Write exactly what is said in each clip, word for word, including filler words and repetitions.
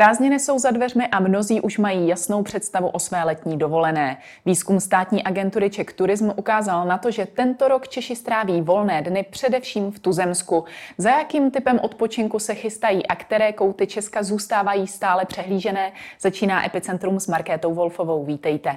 Prázdniny jsou za dveřmi a mnozí už mají jasnou představu o své letní dovolené. Výzkum státní agentury Czech Tourism ukázal na to, že tento rok Češi stráví volné dny především v tuzemsku. Za jakým typem odpočinku se chystají a které kouty Česka zůstávají stále přehlížené, začíná Epicentrum s Markétou Wolfovou. Vítejte.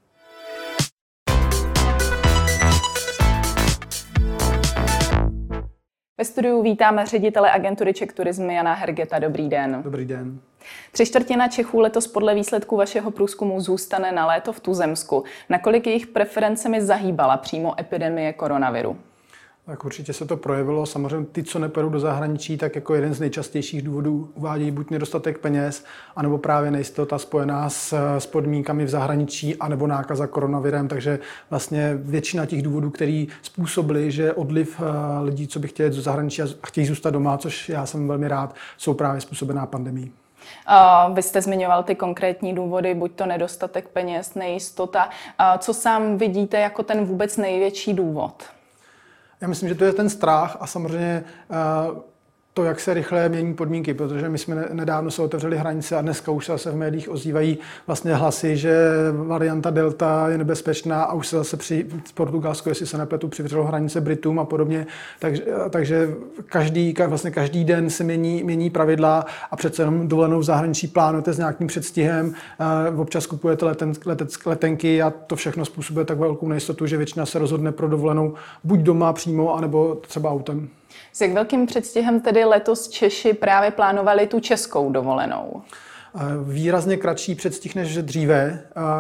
Ve studiu vítáme ředitele agentury Czech Tourism Jana Hergeta. Dobrý den. Dobrý den. Tři čtvrtina Čechů letos podle výsledků vašeho průzkumu zůstane na léto v tuzemsku. Nakolik jejich preferencemi zahýbala přímo epidemie koronaviru? Tak určitě se to projevilo. Samozřejmě ty, co nepojedou do zahraničí, tak jako jeden z nejčastějších důvodů uvádějí buď nedostatek peněz, anebo právě nejistota spojená s, s podmínkami v zahraničí, anebo nákaza koronavirem. Takže vlastně většina těch důvodů, který způsobili, že odliv lidí, co by chtěli do zahraničí a chtějí zůstat doma, což já jsem velmi rád, jsou právě způsobená pandemií. Uh, vy jste zmiňoval ty konkrétní důvody, buď to nedostatek peněz, nejistota. Uh, co sám vidíte jako ten vůbec největší důvod? Já myslím, že to je ten strach a samozřejmě to, jak se rychle mění podmínky, protože my jsme nedávno se otevřeli hranice a dneska už se zase v médiích ozývají vlastně hlasy, že varianta Delta je nebezpečná a už se zase při Portugalsku, jestli se nepletu, přivřelo hranice Britům a podobně. Takže, takže každý, vlastně každý den se mění, mění pravidla a přece jenom dovolenou v zahraničí plánujete s nějakým předstihem, občas kupujete leten, letec, letenky a to všechno způsobuje tak velkou nejistotu, že většina se rozhodne pro dovolenou buď doma přímo, anebo třeba autem. S jak velkým předstihem tedy letos Češi právě plánovali tu českou dovolenou? Výrazně kratší předstih než dříve.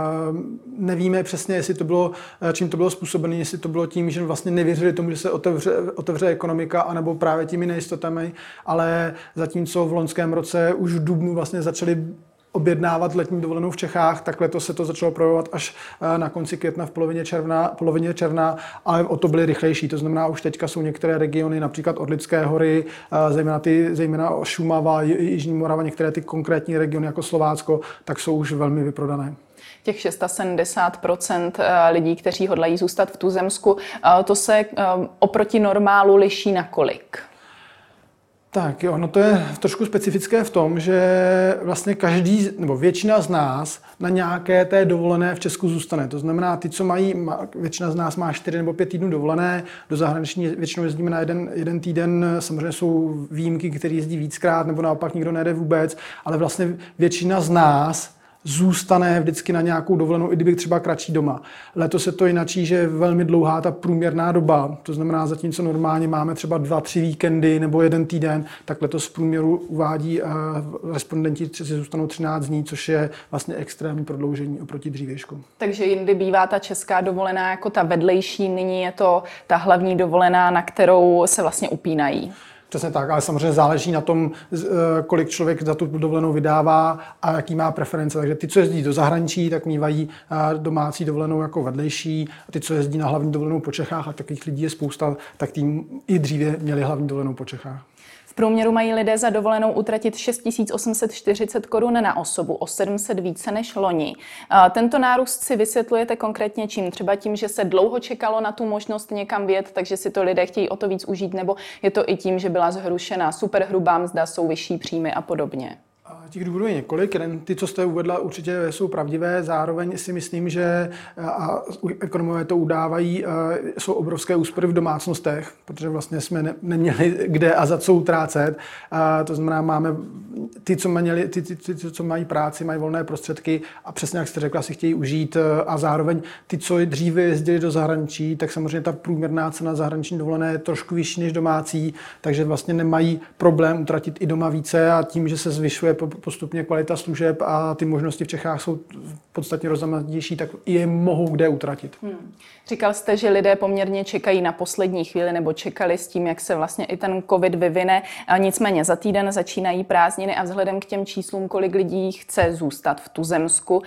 Nevíme přesně, jestli to bylo, čím to bylo způsobené, jestli to bylo tím, že vlastně nevěřili tomu, že se otevře, otevře ekonomika, anebo právě těmi nejistotami, ale zatímco v loňském roce už v dubnu vlastně začali objednávat letní dovolenou v Čechách, tak letos se to začalo projevovat až na konci května, v polovině června, polovině června, ale o to byly rychlejší. To znamená, už teďka jsou některé regiony, například Orlické hory, zejména, ty, zejména Šumava, Jižní Morava, některé ty konkrétní regiony jako Slovácko, tak jsou už velmi vyprodané. Těch sedmdesát šest procent lidí, kteří hodlají zůstat v tuzemsku, to se oproti normálu liší na kolik? Tak jo, no to je trošku specifické v tom, že vlastně každý, nebo většina z nás na nějaké té dovolené v Česku zůstane. To znamená, ty, co mají, většina z nás má čtyři nebo pět týdnů dovolené, do zahraničí většinou jezdíme na jeden, jeden týden, samozřejmě jsou výjimky, které jezdí víckrát, nebo naopak nikdo nejde vůbec, ale vlastně většina z nás zůstane vždycky na nějakou dovolenou, i kdyby třeba kratší doma. Letos se to jinačí, že je velmi dlouhá ta průměrná doba, to znamená, zatímco normálně máme třeba dva, tři víkendy nebo jeden týden, tak letos v průměru uvádí uh, respondenti, že si zůstanou třináct dní, což je vlastně extrémní prodloužení oproti dřívějšku. Takže jindy bývá ta česká dovolená jako ta vedlejší, nyní je to ta hlavní dovolená, na kterou se vlastně upínají. Přesně tak, ale samozřejmě záleží na tom, kolik člověk za tu dovolenou vydává a jaký má preference. Takže ty, co jezdí do zahraničí, tak mívají domácí dovolenou jako vedlejší. A ty, co jezdí na hlavní dovolenou po Čechách, a takových lidí je spousta, tak tím i dříve měli hlavní dovolenou po Čechách. V průměru mají lidé za dovolenou utratit šest tisíc osm set čtyřicet korun na osobu, o sedm set více než loni. Tento nárůst si vysvětlujete konkrétně čím? Třeba tím, že se dlouho čekalo na tu možnost někam vjet, takže si to lidé chtějí o to víc užít, nebo je to i tím, že byla zhrušena superhrubá mzda, jsou vyšší příjmy a podobně? Těch důvodů je několik. Jeden, ty, co jste uvedla, určitě jsou pravdivé. Zároveň si myslím, že a ekonomové to udávají, jsou obrovské úspory v domácnostech, protože vlastně jsme ne, neměli kde a za co utrácet. A to znamená, máme ty, co, měli, ty, ty, ty, co mají práci, mají volné prostředky a přesně jak jste řekla, si chtějí užít. A zároveň ty, co dříve jezdili do zahraničí, tak samozřejmě ta průměrná cena zahraniční dovolené je trošku vyšší než domácí, takže vlastně nemají problém utratit i doma více a tím, že se zvyšuje postupně kvalita služeb a ty možnosti v Čechách jsou podstatně rozmanitnější, tak je mohou kde utratit. Hmm. Říkal jste, že lidé poměrně čekají na poslední chvíli nebo čekali s tím, jak se vlastně i ten covid vyvine. Nicméně za týden začínají prázdniny a vzhledem k těm číslům, kolik lidí chce zůstat v tuzemsku,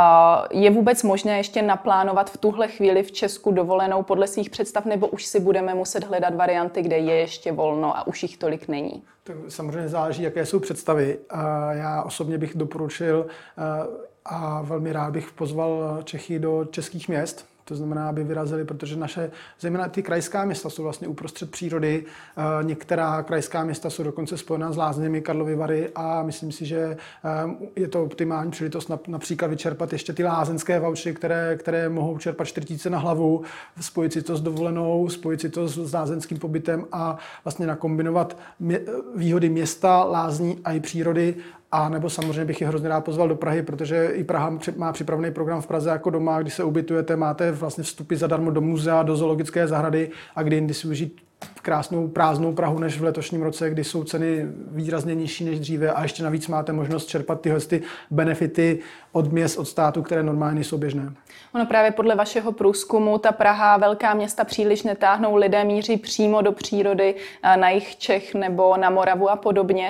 je vůbec možné ještě naplánovat v tuhle chvíli v Česku dovolenou podle svých představ, nebo už si budeme muset hledat varianty, kde je ještě volno a už jich tolik není? Tak samozřejmě záleží, jaké jsou představy. Já osobně bych doporučil a velmi rád bych pozval Čechy do českých měst, To znamená, aby vyrazili, protože naše, zejména ty krajská města jsou vlastně uprostřed přírody. Některá krajská města jsou dokonce spojená s lázněmi Karlovy Vary a myslím si, že je to optimální příležitost například vyčerpat ještě ty lázeňské vouchery, které, které mohou čerpat čtyři tisíce na hlavu, spojit si to s dovolenou, spojit si to s lázeňským pobytem a vlastně nakombinovat výhody města, lázní a i přírody. A nebo samozřejmě bych je hrozně rád pozval do Prahy, protože i Praha má připravený program v Praze jako doma, když se ubytujete, máte vlastně vstupy zadarmo do muzea, do zoologické zahrady a kdy jindy si užít krásnou prázdnou Prahu než v letošním roce, kdy jsou ceny výrazně nižší než dříve a ještě navíc máte možnost čerpat tyhle ty benefity od měst, od státu, které normálně nejsou běžné. Ono právě podle vašeho průzkumu ta Praha, velká města příliš netáhnou, lidé míří přímo do přírody, na jih Čech nebo na Moravu a podobně.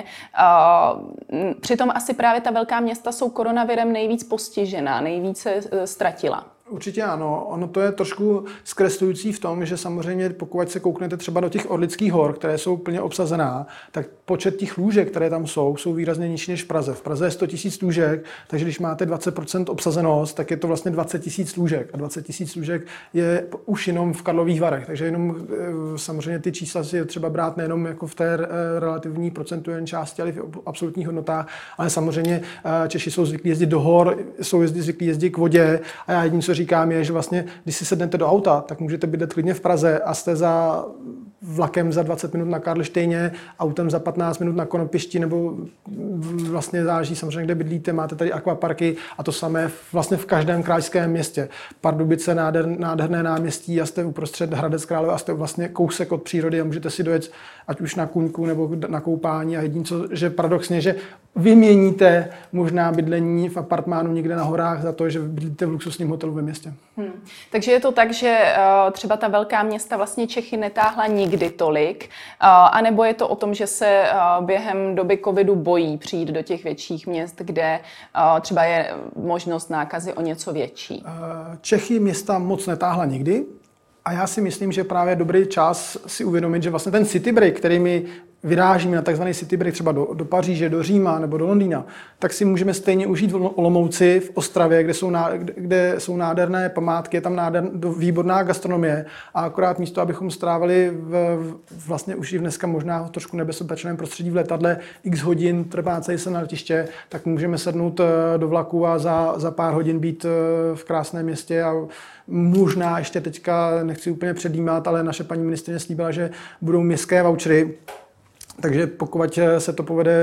Přitom asi právě ta velká města jsou koronavirem nejvíc postižená, nejvíce ztratila. Určitě ano. Ono to je trošku zkreslující v tom, že samozřejmě pokud se kouknete třeba do těch Orlických hor, které jsou plně obsazená, tak počet těch lůžek, které tam jsou, jsou výrazně nižší než v Praze. V Praze je sto tisíc lůžek, takže když máte dvacet procent obsazenost, tak je to vlastně dvacet tisíc lůžek. A dvacet tisíc lůžek je už jenom v Karlových Varech. Takže jenom samozřejmě ty čísla si je třeba brát nejenom jako v té relativní procentuální části, ale v absolutních hodnotách. Ale samozřejmě Češi jsou zvyklí jezdit do hor, jsou zvyklí jezdit k vodě a já jediný, co říkám, je, že vlastně, když si sednete do auta, tak můžete bydlet klidně v Praze a jste za vlakem za dvacet minut na Karlštejně, autem za patnáct minut na Konopišti, nebo vlastně záleží samozřejmě, kde bydlíte, máte tady akvaparky a to samé vlastně v každém krajském městě. Pardubice, nádher, nádherné náměstí a jste uprostřed Hradec Králové a jste vlastně kousek od přírody a můžete si dojet ať už na kůňku nebo na koupání a jediné, co, že paradoxně, že vyměníte možná bydlení v apartmánu někde na horách za to, že bydlíte v luxusním hotelu ve městě. Hmm. Takže je to tak, že uh, třeba ta velká města vlastně Čechy netáhla nikdy tolik, uh, anebo je to o tom, že se uh, během doby covidu bojí přijít do těch větších měst, kde uh, třeba je možnost nákazy o něco větší? Uh, Čechy města moc netáhla nikdy. A já si myslím, že právě je dobrý čas si uvědomit, že vlastně ten city break, který my vyrážíme na takzvaný city break třeba do, do Paříže, do Říma nebo do Londýna, tak si můžeme stejně užít v Olomouci, v Ostravě, kde jsou, ná, kde jsou nádherné památky, je tam nádher, výborná gastronomie a akorát místo, abychom strávili v, v, vlastně už i dneska možná trošku nebezpečném prostředí v letadle x hodin trpácejí se na letiště, tak můžeme sednout do vlaku a za, za pár hodin být v krásném městě a možná ještě teďka, nechci úplně předjímat, ale naše paní ministryně slíbila, že budou městské vouchery. Takže pokud se to povede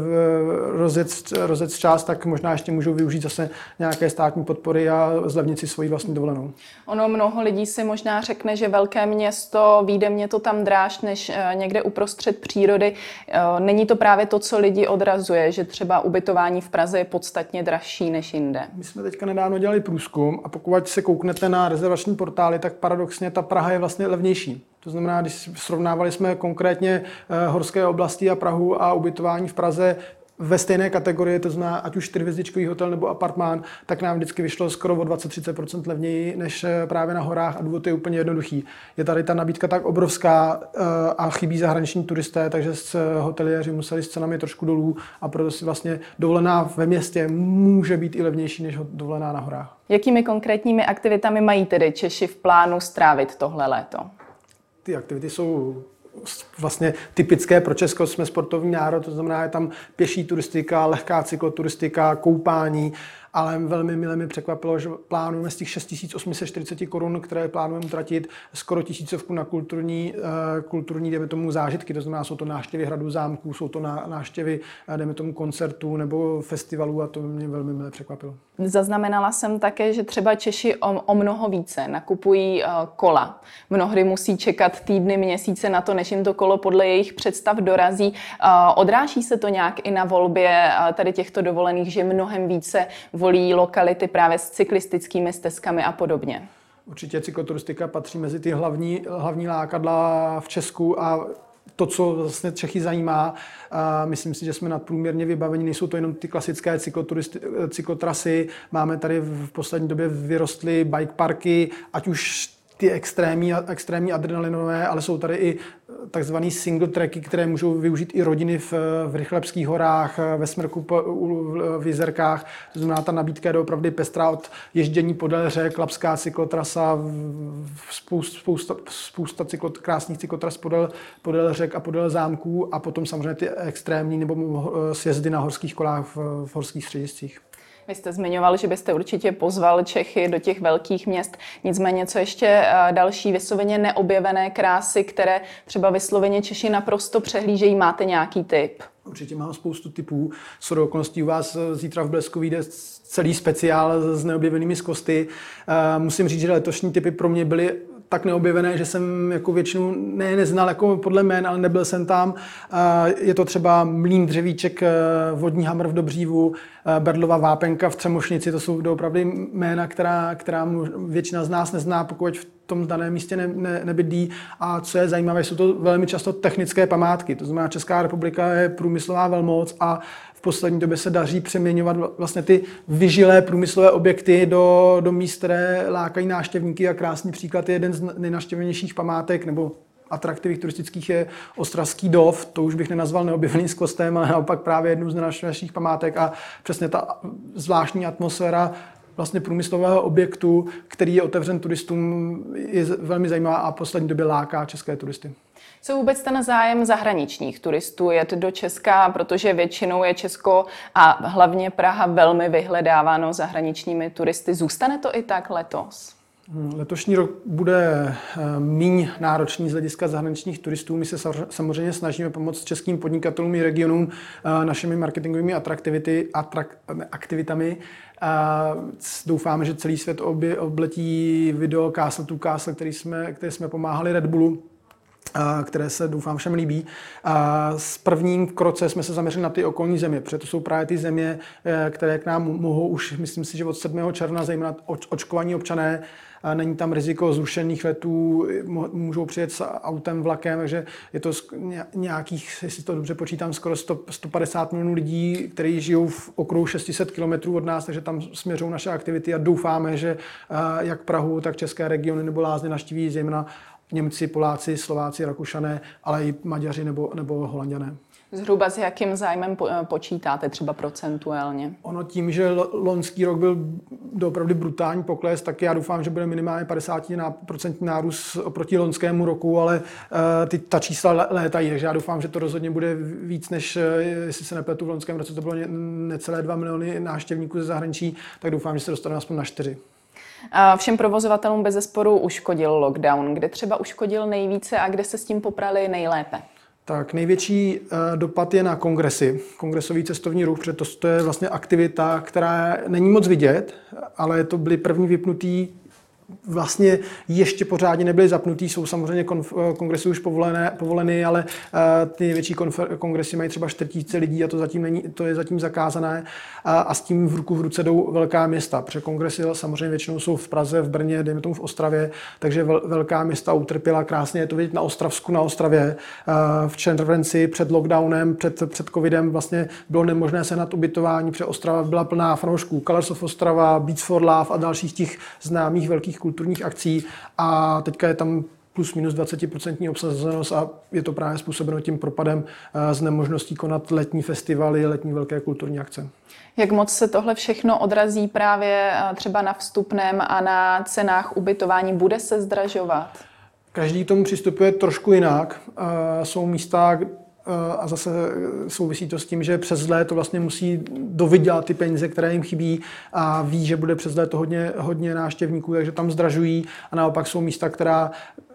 rozjet, rozjet čas, tak možná ještě můžou využít zase nějaké státní podpory a zlevnit si svoji vlastní dovolenou. Ono mnoho lidí si možná řekne, že velké město, vyjde mě to tam dráž, než někde uprostřed přírody. Není to právě to, co lidi odrazuje, že třeba ubytování v Praze je podstatně dražší než jinde? My jsme teďka nedávno dělali průzkum a pokud se kouknete na rezervační portály, tak paradoxně ta Praha je vlastně levnější. To znamená, když srovnávali jsme konkrétně horské oblasti a Prahu a ubytování v Praze ve stejné kategorii, to znamená ať už čtyřhvězdičkový hotel nebo apartmán, tak nám vždycky vyšlo skoro o dvacet až třicet procent levněji než právě na horách a důvod je úplně jednoduchý. Je tady ta nabídka tak obrovská a chybí zahraniční turisté, takže hoteliéři museli s cenami trošku dolů a proto si vlastně dovolená ve městě může být i levnější než dovolená na horách. Jakými konkrétními aktivitami mají tedy Češi v plánu strávit tohle léto? Ty aktivity jsou vlastně typické pro Česko, jsme sportovní národ, to znamená, je tam pěší turistika, lehká cykloturistika, koupání, ale velmi milé mi překvapilo, že plánujeme z těch šest tisíc osm set čtyřicet korun, které plánujeme utratit, skoro tisícovku na kulturní, kulturní dejme tomu, zážitky, to znamená, jsou to návštěvy hradů, zámků, jsou to návštěvy, dejme tomu, koncertů nebo festivalů a to mě velmi milé překvapilo. Zaznamenala jsem také, že třeba Češi o, o mnoho více nakupují uh, kola. Mnohdy musí čekat týdny, měsíce na to, než jim to kolo podle jejich představ dorazí. Uh, odráží se to nějak i na volbě uh, tady těchto dovolených, že mnohem více volí lokality právě s cyklistickými stezkami a podobně? Určitě cykloturistika patří mezi ty hlavní, hlavní lákadla v Česku a to, co vlastně Čechy zajímá. A myslím si, že jsme nadprůměrně vybaveni. Nejsou to jenom ty klasické cyklotrasy. Máme tady v poslední době vyrostly bike parky, ať už ty extrémní, extrémní adrenalinové, ale jsou tady i takzvaný single tracky, které můžou využít i rodiny v, v Rychlebských horách, ve Smrku, v Jizerkách. To znamená, ta nabídka je opravdu pestrá od ježdění podél řek, Lapská cyklotrasa, spousta, spousta, spousta cyklot, krásných cyklotras podél, podél řek a podél zámků a potom samozřejmě ty extrémní nebo sjezdy na horských kolách v, v horských střediscích. Vy jste zmiňoval, že byste určitě pozval Čechy do těch velkých měst. Nicméně, co ještě další vysloveně neobjevené krásy, které třeba vysloveně Češi naprosto přehlížejí, máte nějaký tip? Určitě mám spoustu tipů. Shodou okolností u vás zítra v Blesku vyjde celý speciál s neobjevenými skvosty. Musím říct, že letošní tipy pro mě byly tak neobjevené, že jsem jako většinu ne, neznal jako podle jmén, ale nebyl jsem tam. Je to třeba Mlýn Dřevíček, Vodní hamr v Dobřívu, Berdlova vápenka v Třemošnici. To jsou opravdu jména, která, která většina z nás nezná, pokud v tom daném místě ne, ne, nebydlí. A co je zajímavé, jsou to velmi často technické památky. To znamená, Česká republika je průmyslová velmoc a v poslední době se daří přeměňovat vlastně ty vyžilé průmyslové objekty do, do míst, které lákají návštěvníky. A krásný příklad je jeden z nejnavštěvnějších památek nebo atraktivních turistických je Ostravský Dov. To už bych nenazval neobjeveným skvostem, ale naopak právě jednou z nejnavštěvnějších památek a přesně ta zvláštní atmosféra vlastně průmyslového objektu, který je otevřen turistům, je velmi zajímavá a v poslední době láká české turisty. Co vůbec ten zájem zahraničních turistů jet do Česka, protože většinou je Česko a hlavně Praha velmi vyhledáváno zahraničními turisty. Zůstane to i tak letos? Letošní rok bude míň náročný z hlediska zahraničních turistů. My se samozřejmě snažíme pomoct českým podnikatelům i regionům našimi marketingovými atraktivity, atrak, aktivitami. A doufáme, že celý svět obě, obletí video Castle to Castle, který jsme, který jsme pomáhali Red Bullu, které se doufám všem líbí. S prvním kroce jsme se zaměřili na ty okolní země, protože to jsou právě ty země, které k nám mohou už, myslím si, že od sedmého června zejména očkovaní občané. Není tam riziko zrušených letů, můžou přijet s autem, vlakem, takže je to nějakých, jestli to dobře počítám, skoro sto, sto padesát milionů lidí, kteří žijou v okruhu šest set kilometrů od nás, takže tam směřují naše aktivity a doufáme, že jak Prahu, tak české regiony nebo Lázně navštíví zejména Němci, Poláci, Slováci, Rakušané, ale i Maďaři nebo, nebo Holanďané. Zhruba s jakým zájmem počítáte třeba procentuálně? Ono tím, že loňský rok byl opravdu brutální pokles, tak já doufám, že bude minimálně padesát procent nárůst oproti loňskému roku, ale uh, ty, ta čísla létají, takže já doufám, že to rozhodně bude víc než, jestli se nepletu, v loňském roce to bylo necelé dva miliony návštěvníků ze zahraničí, tak doufám, že se dostaneme aspoň na čtyři. Všem provozovatelům bezesporu uškodil lockdown. Kde třeba uškodil nejvíce a kde se s tím poprali nejlépe? Tak největší dopad je na kongresy, kongresový cestovní ruch, protože to, to je vlastně aktivita, která není moc vidět, ale to byly první vypnutý, vlastně ještě pořádně nebyly zapnutý, jsou samozřejmě konf- kongresy už povolené, povolené, ale uh, ty největší konfer- kongresy mají třeba čtyři tisíce lidí a to, zatím není, to je zatím zakázané a, a s tím v ruku v ruce jdou velká města, protože kongresy samozřejmě většinou jsou v Praze, v Brně, dejme tomu v Ostravě, takže vel, velká města utrpěla krásně, je to vidět na Ostravsku, na Ostravě, uh, v červenci před lockdownem, před, před covidem vlastně bylo nemožné sehnat ubytování, protože Ostrava byla plná fanoušků, Colors of Ostrava, Beats for Love a dalších těch známých velkých kulturních akcí a teďka je tam plus minus dvacet procent obsazenost a je to právě způsobeno tím propadem z nemožností konat letní festivaly, letní velké kulturní akce. Jak moc se tohle všechno odrazí právě třeba na vstupném a na cenách ubytování? Bude se zdražovat? Každý k tomu přistupuje trošku jinak. Jsou místa, a zase souvisí to s tím, že přes léto vlastně musí dovydělat ty peníze, které jim chybí a ví, že bude přes léto hodně, hodně návštěvníků, takže tam zdražují a naopak jsou místa, která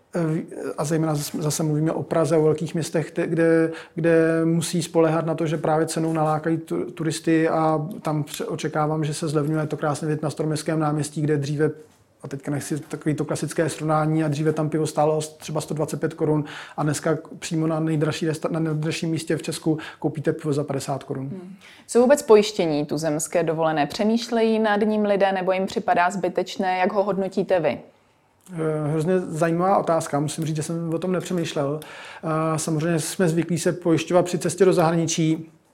a zejména zase mluvíme o Praze, o velkých městech, kde, kde musí spoléhat na to, že právě cenou nalákají turisty a tam očekávám, že se zlevňuje to krásně vidět na Staroměstském náměstí, kde dříve a teďka nechci takový to klasické srovnání a dříve tam pivo stálo třeba sto dvacet pět korun a dneska přímo na nejdražší, na nejdražším místě v Česku koupíte pivo za padesát korun. Hmm. Jsou vůbec pojištění tuzemské dovolené? Přemýšlejí nad ním lidé nebo jim připadá zbytečné? Jak ho hodnotíte vy? Hrozně zajímavá otázka. Musím říct, že jsem o tom nepřemýšlel. Samozřejmě jsme zvyklí se pojišťovat při cestě do zahraničí.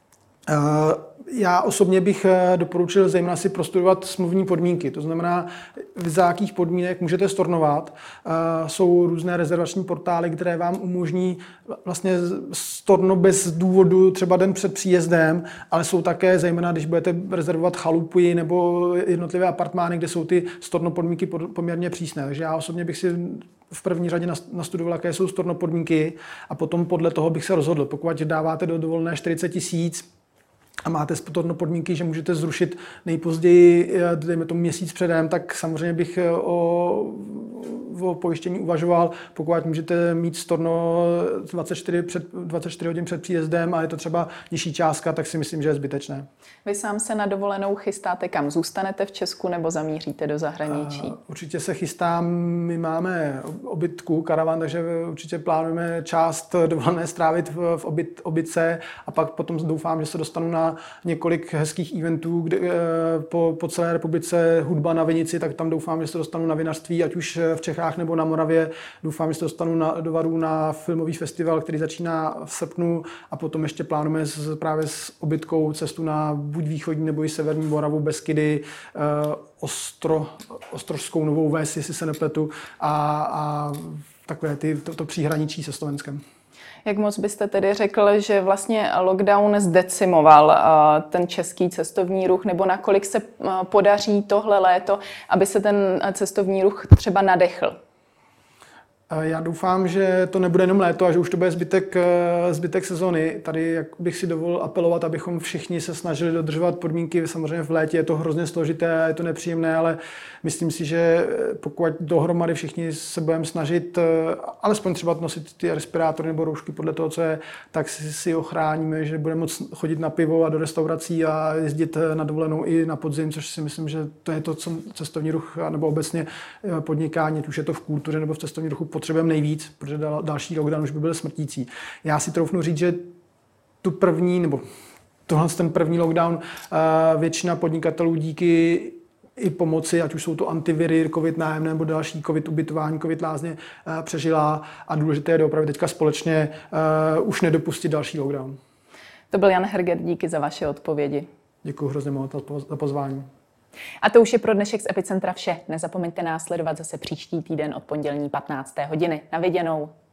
Já osobně bych doporučil zejména si prostudovat smluvní podmínky. To znamená, za jakých podmínek můžete stornovat. Jsou různé rezervační portály, které vám umožní vlastně storno bez důvodu třeba den před příjezdem, ale jsou také zejména, když budete rezervovat chalupy nebo jednotlivé apartmány, kde jsou ty storno podmínky poměrně přísné. Takže já osobně bych si v první řadě nastudoval, jaké jsou storno podmínky a potom podle toho bych se rozhodl. Pokud dáváte do dovolené čtyřicet tisíc, a máte storno podmínky, že můžete zrušit nejpozději, dejme tomu měsíc předem, tak samozřejmě bych o, o pojištění uvažoval. Pokud můžete mít storno dvacet čtyři, před, dvacet čtyři hodin před příjezdem a je to třeba nižší částka, tak si myslím, že je zbytečné. Vy sám se na dovolenou chystáte kam? Zůstanete v Česku nebo zamíříte do zahraničí? A určitě se chystám. My máme obytku, karavan, takže určitě plánujeme část dovolené strávit v, v obyt, obytce a pak potom doufám, že se dostanu na několik hezkých eventů, kde po, po celé republice hudba na vinici, tak tam doufám, že se dostanu na vinařství, ať už v Čechách nebo na Moravě. Doufám, že se dostanu na, do Varu na filmový festival, který začíná v srpnu a potom ještě plánujeme s, právě s obytkou cestu na buď východní nebo i severní Moravu, Beskydy, eh, Ostro, Ostrožskou Novou Ves, jestli se nepletu, a, a takové ty, to, to příhraničí se Slovenskem. Jak moc byste tedy řekl, že vlastně lockdown zdecimoval uh, ten český cestovní ruch, nebo nakolik se uh, podaří tohle léto, aby se ten cestovní ruch třeba nadechl? Já doufám, že to nebude jenom léto a že už to bude zbytek, zbytek sezony. Tady jak bych si dovolil apelovat, abychom všichni se snažili dodržovat podmínky. Samozřejmě v létě je to hrozně složité a je to nepříjemné, ale myslím si, že pokud dohromady všichni se budeme snažit alespoň třeba nosit ty respirátory nebo roušky podle toho, co je, tak si, si ochráníme, že budeme moct chodit na pivo a do restaurací a jezdit na dovolenou i na podzim, což si myslím, že to je to, co cestovní ruch nebo obecně podnikání, už je to v kultuře nebo v cestovní ruchu potřebujeme nejvíc, protože další lockdown už by byl smrtící. Já si troufnu říct, že tu první, nebo tohle ten první lockdown většina podnikatelů díky i pomoci, ať už jsou to antiviry, covid nájemné nebo další covid ubytování, covid lázně přežila a důležité je opravdu teďka společně už nedopustit další lockdown. To byl Jan Herger, díky za vaše odpovědi. Děkuji hrozně moc za pozvání. A to už je pro dnešek z Epicentra vše. Nezapomeňte nás sledovat zase příští týden od pondělní patnácté hodiny. Na viděnou.